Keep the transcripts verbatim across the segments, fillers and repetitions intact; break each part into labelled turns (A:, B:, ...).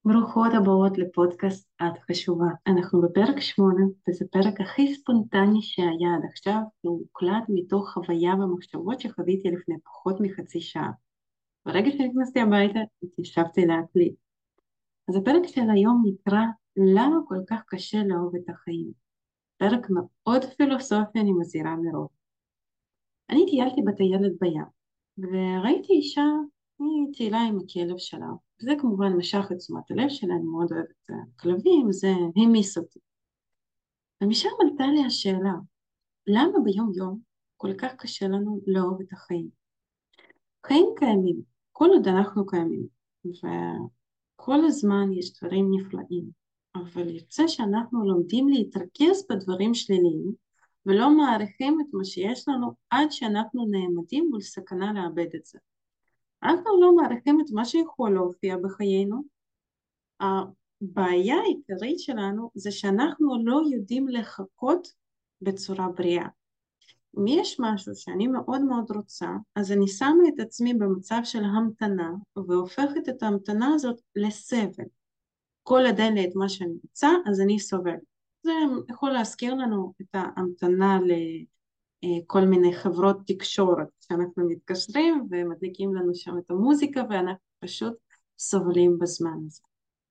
A: ברוכות הבאות לפודקאסט את חשובה. אנחנו בפרק שמונה, וזה פרק הכי ספונטני שהיה עד עכשיו, והוא הוקלט מתוך חוויה ומחשבות שחוויתי לפני פחות מחצי שעה. ברגע שנכנסתי הביתה, התיישבתי להקליט. אז הפרק של היום נקרא למה כל כך קשה לאהוב את החיים. פרק מאוד פילוסופי, אני מזהירה מראש. אני טיילתי בטיילת בים, וראיתי אישה, היא ציילה עם הכלב שלה. זה כמובן משך את תשומת הלב שלה, אני מאוד אוהבת אה, כלבים, זה העמיס אותי. ומשם עלתה לי השאלה, למה ביום יום כל כך קשה לנו לאהוב את החיים? חיים קיימים, כל עוד אנחנו קיימים, וכל הזמן יש דברים נפלאים, אבל יוצא שאנחנו לומדים להתרכז בדברים שליליים, ולא מעריכים את מה שיש לנו עד שאנחנו נעמדים מול סכנה לאבד את זה. אנחנו לא מעריכים את מה שיכול להופיע בחיינו. הבעיה העיקרית שלנו זה שאנחנו לא יודעים לחכות בצורה בריאה. אם יש משהו שאני מאוד מאוד רוצה, אז אני שמה את עצמי במצב של המתנה, והופכת את ההמתנה הזאת לסבל. כל עוד אין לי את מה שאני רוצה, אז אני סובלת. זה יכול להזכיר לנו את ההמתנה לכל מיני חברות תקשורת, שאנחנו מתקשרים ומדליקים לנו שם את המוזיקה, ואנחנו פשוט סובלים בזמן הזה.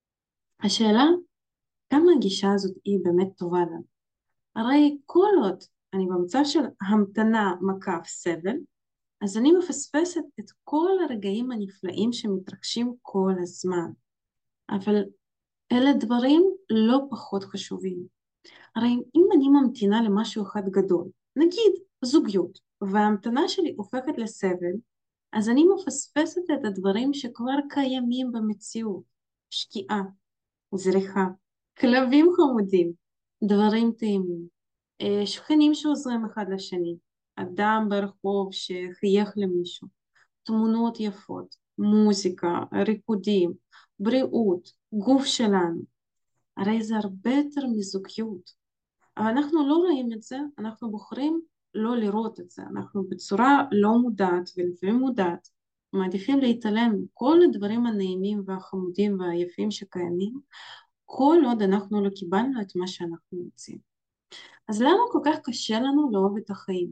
A: השאלה, כמה הגישה הזאת היא באמת טובה לנו? הרי כל עוד אני במצב של המתנה מקף סבל, אז אני מפספסת את כל הרגעים הנפלאים שמתרחשים כל הזמן. אבל אלה דברים לא פחות חשובים. הרי אם אני ממתינה למשהו אחד גדול, נגיד זוגיות, וההמתנה שלי הופכת לסבל, אז אני מפספסת את הדברים שכבר קיימים במציאות. שקיעה, זריחה, כלבים חמודים, דברים טעימים, אה, שכנים שעוזרים אחד לשני, אדם ברחוב שחייך למישהו, תמונות יפות, מוזיקה, ריקודים, בריאות, גוף שלנו. הרי זה הרבה יותר מזוגיות. אבל אנחנו לא רואים את זה, אנחנו בוחרים לא לראות את זה. אנחנו בצורה לא מודעת ולפעמים מודעת, מעדיפים להתעלם מכל הדברים הנעימים והחמודים והיפים שקיימים, כל עוד אנחנו לא קיבלנו את מה שאנחנו רוצים. אז למה כל כך קשה לנו לאהוב את החיים?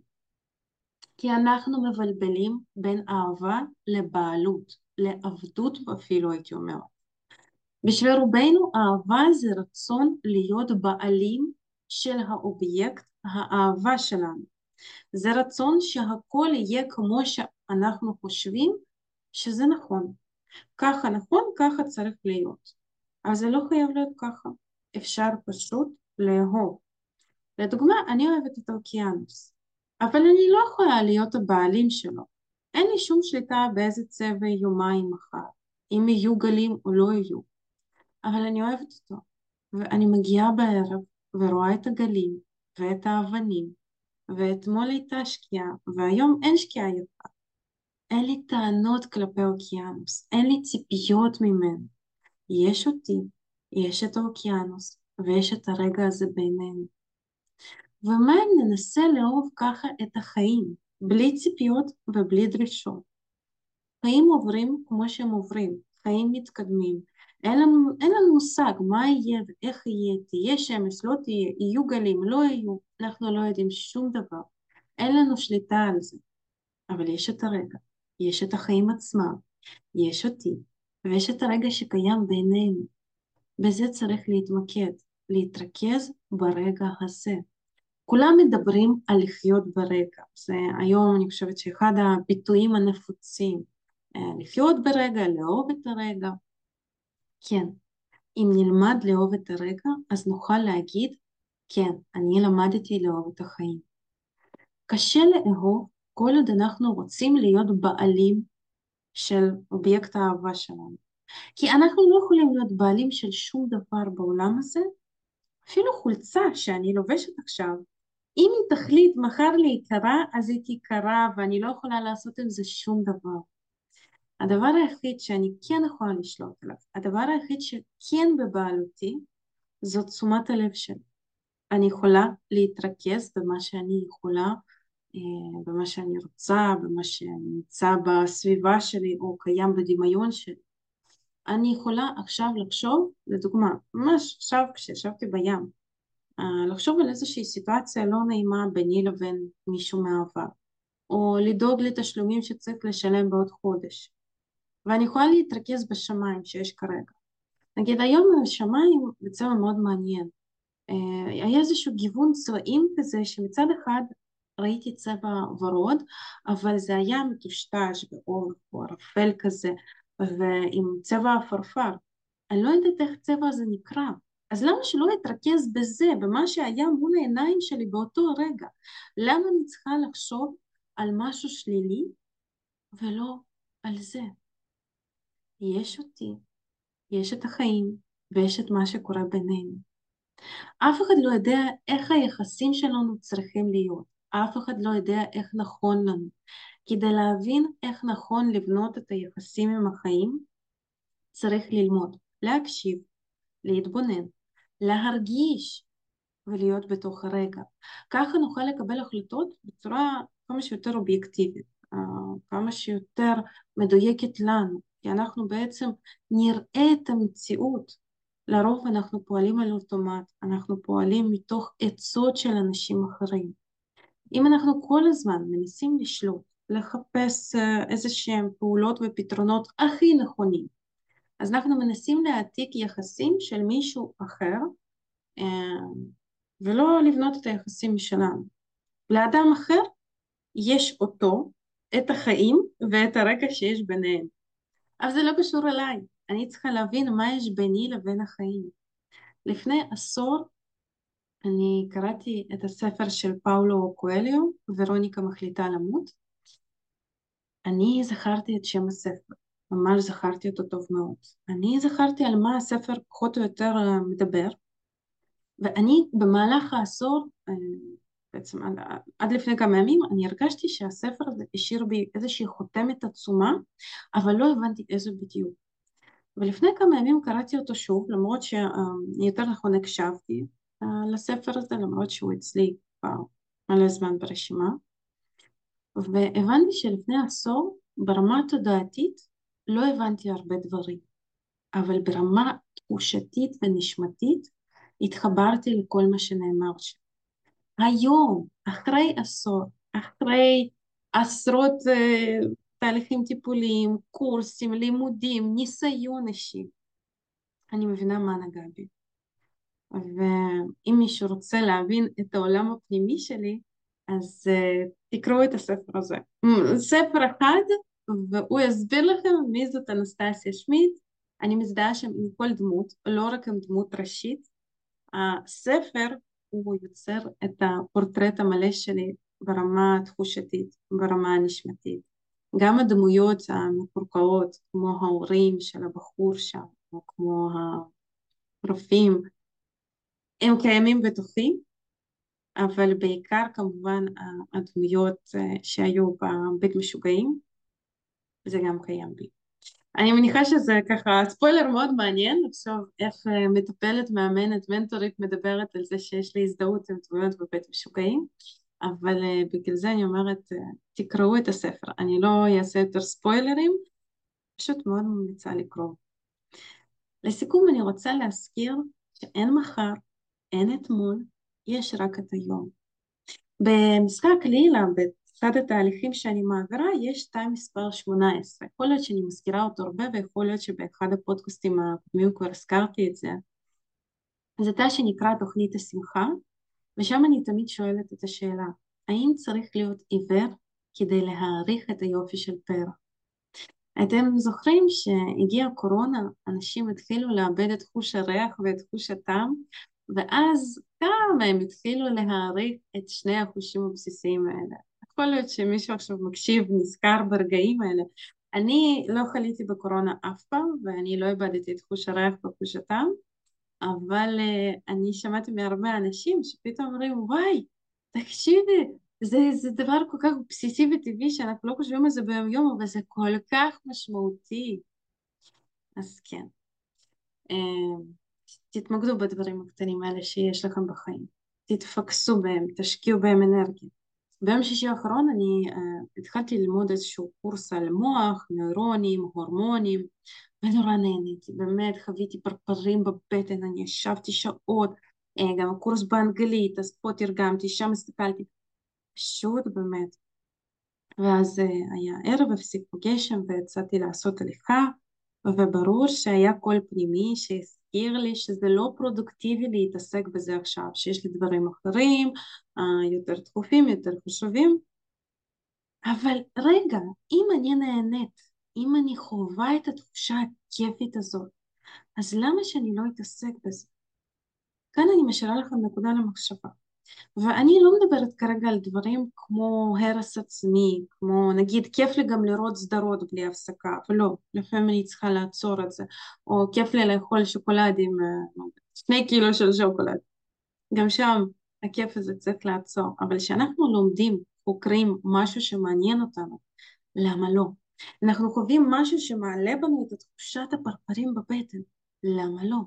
A: כי אנחנו מבלבלים בין אהבה לבעלות, לעבדות אפילו הייתי אומרת. בשביל רובנו אהבה זה רצון להיות בעלים של האובייקט האהבה שלנו. זה רצון שהכל יהיה כמו שאנחנו חושבים שזה נכון. ככה נכון, ככה צריך להיות. אבל זה לא חייב להיות ככה. אפשר פשוט לאהוב. לדוגמה, אני אוהבת את האוקיינוס, אבל אני לא יכולה להיות הבעלים שלו. אין לי שום שליטה באיזה צבע יהיו מים מחר, אם יהיו גלים או לא יהיו. אבל אני אוהבת אותו, ואני מגיעה בערב ורואה את הגלים ואת האבנים, ואתמול הייתה שקיעה, והיום אין שקיעה יפה. אין לי טענות כלפי האוקיינוס, אין לי ציפיות ממנו. יש אותי, יש את האוקיינוס, ויש את הרגע הזה בינינו. ומה אם ננסה לאהוב ככה את החיים, בלי ציפיות ובלי דרישות? חיים עוברים כמו שהם עוברים, חיים מתקדמים. אין לנו, אין לנו מושג מה יהיה ואיך יהיה, תהיה שמש, לא תהיה, יהיו גלים, לא יהיו, אנחנו לא יודעים שום דבר. אין לנו שליטה על זה, אבל יש את הרגע, יש את החיים עצמם, יש אותי, ויש את הרגע שקיים בינינו. בזה צריך להתמקד, להתרכז ברגע הזה. כולם מדברים על לחיות ברגע, זה היום אני חושבת שאחד הביטויים הנפוצים, אה, לחיות ברגע, לאהוב את הרגע. כן, אם נלמד לאהוב את הרגע, אז נוכל להגיד, כן, אני למדתי לאהוב את החיים. קשה לאהוב כל עוד אנחנו רוצים להיות בעלים של אובייקט האהבה שלנו. כי אנחנו לא יכולים להיות בעלים של שום דבר בעולם הזה, אפילו חולצה שאני לובשת עכשיו, אם היא תחליט מחר להיקרא, אז היא תיקרא, ואני לא יכולה לעשות עם זה שום דבר. הדבר היחיד שאני כן יכולה לשלוט עליו, הדבר היחיד שכן בבעלותי, זאת תשומת הלב שלי. אני יכולה להתרכז במה שאני יכולה, אה, במה שאני רוצה, במה שנמצא בסביבה שלי או קיים בדמיון שלי. אני יכולה עכשיו לחשוב, לדוגמה, ממש עכשיו כשישבתי בים, אה, לחשוב על איזושהי סיטואציה לא נעימה ביני לבין מישהו מהעבר, או לדאוג לתשלומים שצריך לשלם בעוד חודש. ואני יכולה להתרכז בשמיים שיש כרגע. נגיד היום השמיים בצבע מאוד מעניין. אה, היה איזשהו גיוון צבעים כזה שמצד אחד ראיתי צבע ורוד, אבל זה היה מטושטש באור או ערפל כזה, ועם צבע אפרפר. אני לא יודעת איך הצבע הזה נקרא. אז למה שלא אתרכז בזה, במה שהיה מול העיניים שלי באותו רגע? למה אני צריכה לחשוב על משהו שלילי ולא על זה? יש אותי, יש את החיים ויש את מה שקורה בינינו. אף אחד לא יודע איך היחסים שלנו צריכים להיות. אף אחד לא יודע איך נכון לנו. כדי להבין איך נכון לבנות את היחסים עם החיים, צריך ללמוד, להקשיב, להתבונן, להרגיש ולהיות בתוך הרגע. ככה נוכל לקבל החלטות בצורה כמה שיותר אובייקטיבית, אה, כמה שיותר מדויקת לנו, כי אנחנו בעצם נראה את המציאות. לרוב אנחנו פועלים על אוטומט, אנחנו פועלים מתוך עצות של אנשים אחרים. אם אנחנו כל הזמן מנסים לשלוט, לחפש אה, איזה שהם פעולות ופתרונות הכי נכונים, אז אנחנו מנסים להעתיק יחסים של מישהו אחר, אה, ולא לבנות את היחסים משלנו. לאדם אחר יש אותו, את החיים ואת הרקע שיש ביניהם. אבל זה לא קשור אליי. אני צריכה להבין מה יש ביני לבין החיים. לפני עשור אני קראתי את הספר של פאולו קואליו, ורוניקה מחליטה למות. אני זכרתי את שם הספר, ממש זכרתי אותו טוב מאוד. אני זכרתי על מה הספר פחות או יותר אה, מדבר, ואני במהלך העשור, אה, בעצם עד, עד לפני כמה ימים, אני הרגשתי שהספר הזה השאיר בי איזושהי חותמת עצומה, אבל לא הבנתי איזו בדיוק. ולפני כמה ימים קראתי אותו שוב, למרות שיותר נכון הקשבתי אה, לספר הזה, למרות שהוא אצלי כבר מלא זמן ברשימה, והבנתי שלפני עשור, ברמה התודעתית, לא הבנתי הרבה דברים, אבל ברמה תחושתית ונשמתית, התחברתי לכל מה שנאמר שם. היום, אחרי עשור, אחרי עשרות אה, תהליכים טיפוליים, קורסים, לימודים, ניסיון אישי, אני מבינה מה נגע בי. ואם מישהו רוצה להבין את העולם הפנימי שלי, אז uh, תקראו את הספר הזה. מ, ספר אחד, והוא יסביר לכם מי זאת אנסטסיה שמיט. אני מזדהה שם עם כל דמות, לא רק עם דמות ראשית. הספר הוא יוצר את הפורטרט המלא שלי ברמה התחושתית, ברמה הנשמתית. גם הדמויות המקורקעות, כמו ההורים של הבחור שם, או כמו הרופאים, הם קיימים בתוכי, אבל בעיקר כמובן הדמויות אה, שהיו בבית משוגעים, זה גם קיים בי. אני מניחה שזה ככה ספוילר מאוד מעניין לחשוב איך אה, מטפלת, מאמנת, מנטורית מדברת על זה שיש לי הזדהות עם דמויות בבית משוגעים, אבל אה, בגלל זה אני אומרת, אה, תקראו את הספר. אני לא אעשה יותר ספוילרים, פשוט מאוד ממליצה לקרוא. לסיכום אני רוצה להזכיר שאין מחר, אין אתמול, יש רק את היום. במשחק לילה, בצד התהליכים שאני מעבירה, יש תא מספר שמונה עשרה. יכול להיות שאני מזכירה אותו הרבה, ויכול להיות שבאחד הפודקאסטים הקודמים כבר הזכרתי את זה. זה תא שנקרא תוכנית השמחה, ושם אני תמיד שואלת את השאלה, האם צריך להיות עיוור כדי להעריך את היופי של פרח? אתם זוכרים שהגיעה הקורונה, אנשים התחילו לאבד את חוש הריח ואת חוש הטעם, ואז כמה הם התחילו להעריך את שני החושים הבסיסיים האלה. יכול להיות שמישהו עכשיו מקשיב, נזכר ברגעים האלה. אני לא חליתי בקורונה אף פעם, ואני לא איבדתי את חוש הריח וחוש הטעם, אבל uh, אני שמעתי מהרבה אנשים שפתאום אומרים, וואי, תקשיבי, זה, זה דבר כל כך בסיסי וטבעי שאנחנו לא חושבים על זה ביום יום, אבל זה כל כך משמעותי. אז כן, uh, תתמקדו בדברים הקטנים האלה שיש לכם בחיים. תתפקסו בהם, תשקיעו בהם אנרגיה. ביום שישי האחרון אני uh, התחלתי ללמוד איזשהו קורס על מוח, נוירונים, הורמונים, ונורא נהניתי, באמת חוויתי פרפרים בבטן, אני ישבתי שעות, uh, גם הקורס באנגלית, אז פה תרגמתי, שם הסתכלתי, פשוט באמת. ואז uh, היה ערב, הפסיק פה גשם ויצאתי לעשות הליכה, וברור שהיה קול פנימי שהזכיר לי שזה לא פרודוקטיבי להתעסק בזה עכשיו, שיש לי דברים אחרים, uh, יותר דחופים, יותר חשובים, אבל רגע, אם אני נהנית, אם אני חווה את התחושה הכיפית הזאת, אז למה שאני לא אתעסק בזה? כאן אני משאירה לכם נקודה למחשבה. ואני לא מדברת כרגע על דברים כמו הרס עצמי, כמו נגיד כיף לי גם לראות סדרות בלי הפסקה, ולא, לפעמים אני צריכה לעצור את זה, או כיף לי לאכול שוקולד עם אה, לא יודעת, שני קילו של שוקולד. גם שם הכיף הזה צריך לעצור, אבל כשאנחנו לומדים, חוקרים משהו שמעניין אותנו, למה לא? אנחנו חווים משהו שמעלה בנו את תחושת הפרפרים בבטן, למה לא?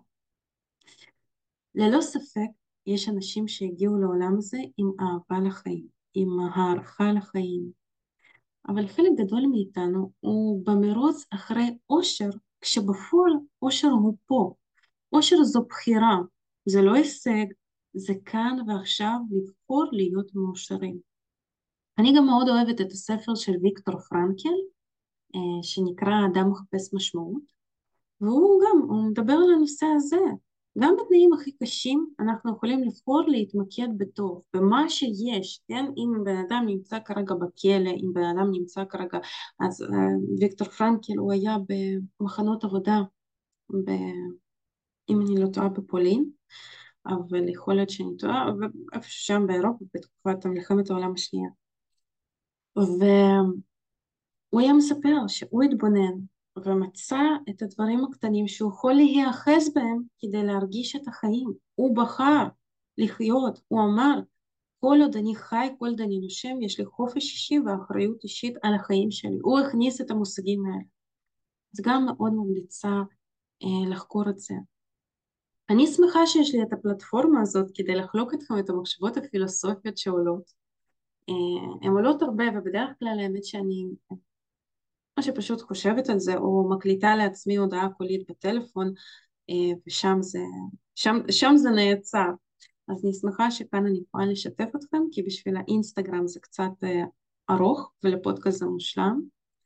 A: ללא ספק יש אנשים שהגיעו לעולם הזה עם אהבה לחיים, עם הערכה לחיים, אבל חלק גדול מאיתנו הוא במרוץ אחרי אושר, כשבפועל אושר הוא פה, אושר זו בחירה, זה לא הישג, זה כאן ועכשיו לבחור להיות מאושרים. אני גם מאוד אוהבת את הספר של ויקטור פרנקל, אה, שנקרא אדם מחפש משמעות, והוא גם, הוא מדבר על הנושא הזה. גם בתנאים הכי קשים אנחנו יכולים לבחור להתמקד בטוב, במה שיש, כן? אם בן אדם נמצא כרגע בכלא, אם בן אדם נמצא כרגע, אז אה, ויקטור פרנקל הוא היה במחנות עבודה, ב, אם אני לא טועה בפולין, אבל יכול להיות שאני טועה, ואיפשהו שם באירופה בתקופת מלחמת העולם השנייה. ו... הוא היה מספר שהוא התבונן ומצא את הדברים הקטנים שהוא יכול להיאחז בהם כדי להרגיש את החיים. הוא בחר לחיות, הוא אמר, כל עוד אני חי, כל עוד אני נושם, יש לי חופש אישי ואחריות אישית על החיים שלי. הוא הכניס את המושגים האלה. אז גם מאוד ממליצה אה, לחקור את זה. אני שמחה שיש לי את הפלטפורמה הזאת כדי לחלוק אתכם את המחשבות הפילוסופיות שעולות. אה, הן עולות הרבה, ובדרך כלל האמת שאני או שפשוט חושבת על זה, או מקליטה לעצמי הודעה קולית בטלפון, אה, ושם זה, שם, שם זה נעצר. אז אני שמחה שכאן אני יכולה לשתף אתכם, כי בשביל האינסטגרם זה קצת אה, ארוך, ולפודקאסט זה מושלם.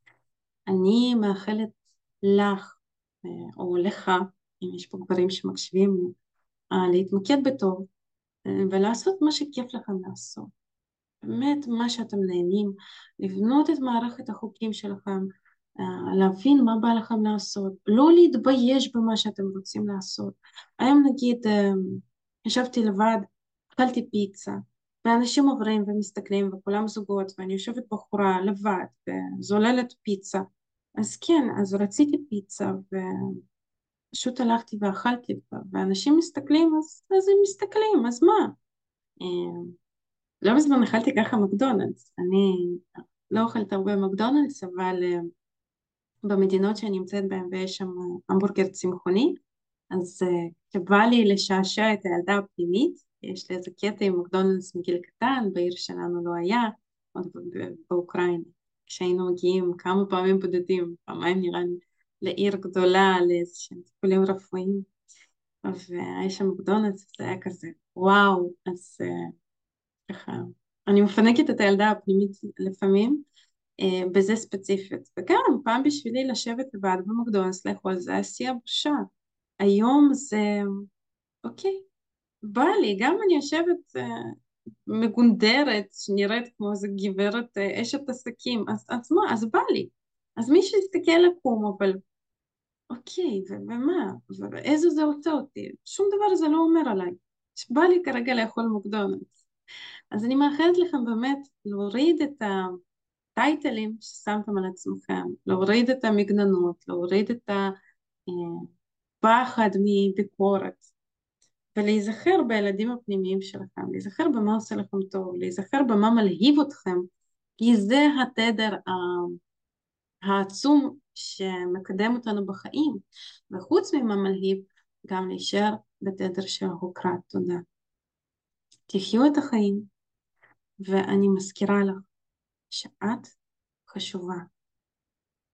A: אני מאחלת לך, אה, או לך, אם יש פה גברים שמקשיבים לי, אה, להתמקד בטוב, אה, ולעשות מה שכיף לכם לעשות. באמת מה שאתם נהנים, לבנות את מערכת החוקים שלכם, אה, להבין מה בא לכם לעשות, לא להתבייש במה שאתם רוצים לעשות. היום נגיד, אה, ישבתי לבד, אכלתי פיצה, ואנשים עוברים ומסתכלים וכולם זוגות, ואני יושבת בחורה לבד וזוללת פיצה. אז כן, אז רציתי פיצה ופשוט הלכתי ואכלתי, ואנשים מסתכלים, אז, אז הם מסתכלים, אז מה? אה, לא מזמן אכלתי ככה מקדונלדס. אני לא אוכלת הרבה מקדונלדס, אבל אה, במדינות שאני נמצאת בהן ויש שם אה, המבורגר צמחוני, אז אה, כשבא לי לשעשע את הילדה הפנימית, יש לי איזה קטע עם מקדונלדס מגיל קטן, בעיר שלנו לא היה, עוד ב- ב- באוקראינה. כשהיינו מגיעים כמה פעמים בודדים, פעמיים נראה לי, לעיר גדולה, לאיזה שהם טיפולים רפואיים, והיה שם מקדונלדס, זה היה כזה, וואו, אז אה, ככה, אני מפנקת את הילדה הפנימית לפעמים, אה, בזה ספציפית. וגם פעם בשבילי לשבת לבד במקדונלדס לאכול, זה היה שיא הבושה. היום זה, אוקיי, בא לי, גם אני יושבת אה, מגונדרת, שנראית כמו איזה גברת אה, אשת עסקים, אז, אז מה, אז בא לי. אז מישהו יסתכל לקום, אבל אוקיי, ו- ומה, ואיזה זה עושה אותי? שום דבר זה לא אומר עליי. שבא לי כרגע לאכול מקדונלדס. אז אני מאחלת לכם באמת להוריד את הטייטלים ששמתם על עצמכם, להוריד את המגננות, להוריד את הפחד מביקורת, ולהיזכר בילדים הפנימיים שלכם, להיזכר במה עושה לכם טוב, להיזכר במה מלהיב אתכם, כי זה התדר העצום שמקדם אותנו בחיים, וחוץ ממה מלהיב, גם להישאר בתדר של הוקרת תודה. תחיו את החיים, ואני מזכירה לך שאת חשובה.